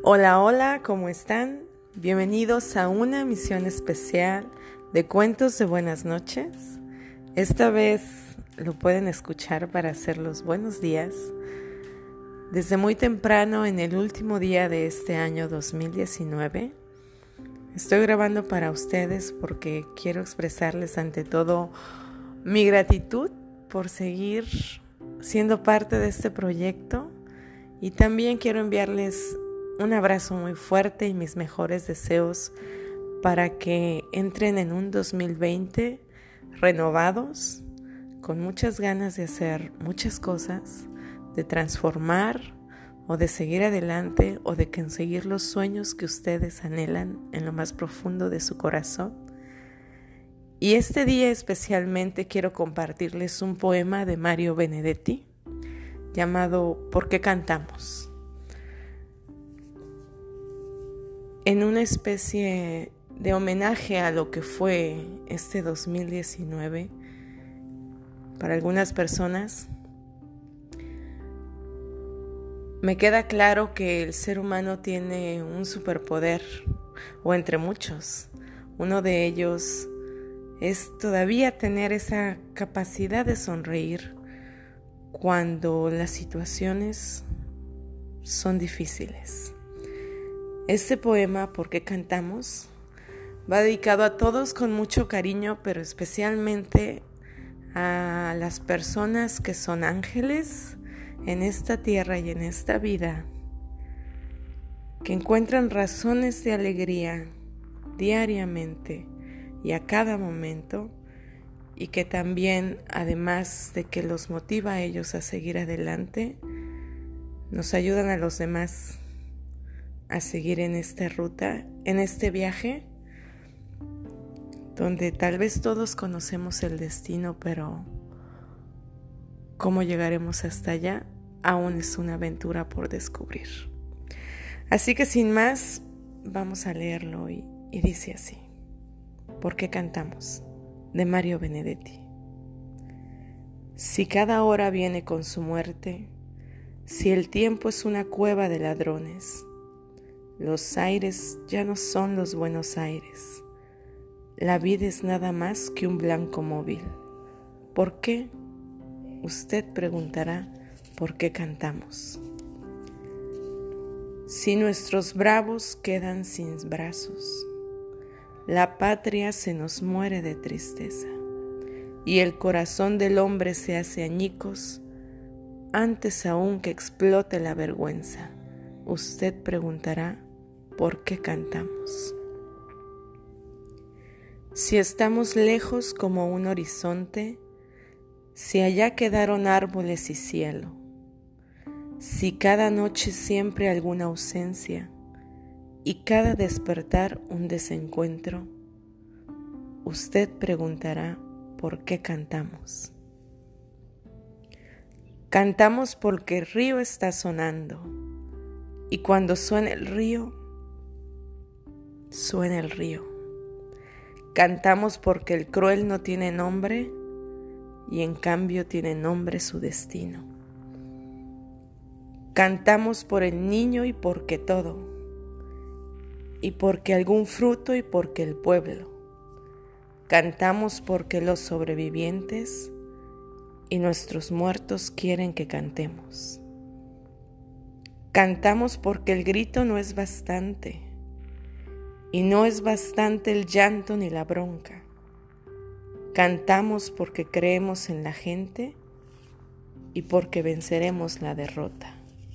Hola, hola, ¿cómo están? Bienvenidos a una emisión especial de Cuentos de Buenas Noches. Esta vez lo pueden escuchar para hacer los buenos días. Desde muy temprano, en el último día de este año 2019, estoy grabando para ustedes porque quiero expresarles ante todo mi gratitud por seguir siendo parte de este proyecto y también quiero enviarles un abrazo muy fuerte y mis mejores deseos para que entren en un 2020 renovados, con muchas ganas de hacer muchas cosas, de transformar o de seguir adelante o de conseguir los sueños que ustedes anhelan en lo más profundo de su corazón. Y este día especialmente quiero compartirles un poema de Mario Benedetti llamado ¿Por qué cantamos? En una especie de homenaje a lo que fue este 2019, para algunas personas, me queda claro que el ser humano tiene un superpoder, o entre muchos. Uno de ellos es todavía tener esa capacidad de sonreír cuando las situaciones son difíciles. Este poema, ¿Por qué cantamos?, va dedicado a todos con mucho cariño, pero especialmente a las personas que son ángeles en esta tierra y en esta vida, que encuentran razones de alegría diariamente y a cada momento, y que también, además de que los motiva a ellos a seguir adelante, nos ayudan a los demás a seguir en esta ruta, en este viaje, donde tal vez todos conocemos el destino, pero cómo llegaremos hasta allá aún es una aventura por descubrir. Así que sin más, vamos a leerlo y dice así: ¿Por qué cantamos? De Mario Benedetti. Si cada hora viene con su muerte, si el tiempo es una cueva de ladrones, los aires ya no son los buenos aires. La vida es nada más que un blanco móvil. ¿Por qué? Usted preguntará, ¿por qué cantamos? Si nuestros bravos quedan sin brazos, la patria se nos muere de tristeza y el corazón del hombre se hace añicos antes aún que explote la vergüenza. Usted preguntará, ¿por qué cantamos? Si estamos lejos como un horizonte, si allá quedaron árboles y cielo, si cada noche siempre alguna ausencia y cada despertar un desencuentro, usted preguntará, ¿por qué cantamos? Cantamos porque el río está sonando, y cuando suena el río, suena el río. Cantamos porque el cruel no tiene nombre y en cambio tiene nombre su destino. Cantamos por el niño y porque todo, y porque algún fruto y porque el pueblo. Cantamos porque los sobrevivientes y nuestros muertos quieren que cantemos. Cantamos porque el grito no es bastante, y no es bastante el llanto ni la bronca. Cantamos porque creemos en la gente y porque venceremos la derrota.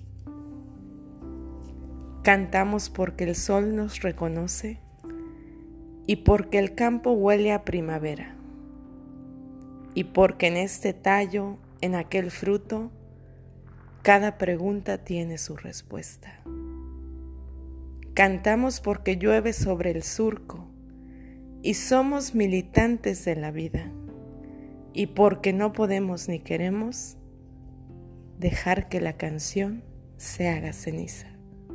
Cantamos porque el sol nos reconoce y porque el campo huele a primavera, y porque en este tallo, en aquel fruto, cada pregunta tiene su respuesta. Cantamos porque llueve sobre el surco y somos militantes de la vida, y porque no podemos ni queremos dejar que la canción se haga ceniza.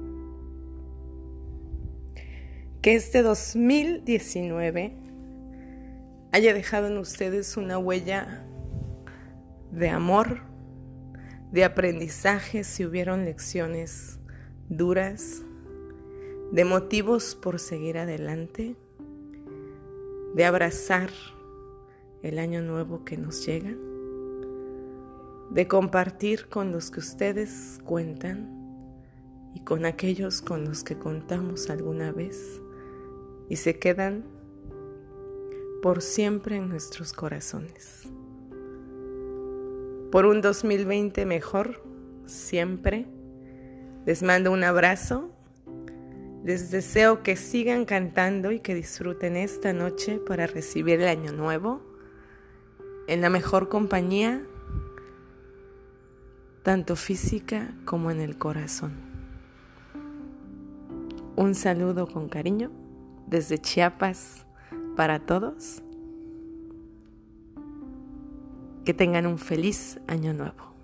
Que este 2019 haya dejado en ustedes una huella de amor, de aprendizaje, si hubieron lecciones duras, de motivos por seguir adelante, de abrazar el año nuevo que nos llega, de compartir con los que ustedes cuentan y con aquellos con los que contamos alguna vez y se quedan por siempre en nuestros corazones. Por un 2020 mejor, siempre, les mando un abrazo. Les deseo que sigan cantando y que disfruten esta noche para recibir el año nuevo en la mejor compañía, tanto física como en el corazón. Un saludo con cariño desde Chiapas para todos. Que tengan un feliz año nuevo.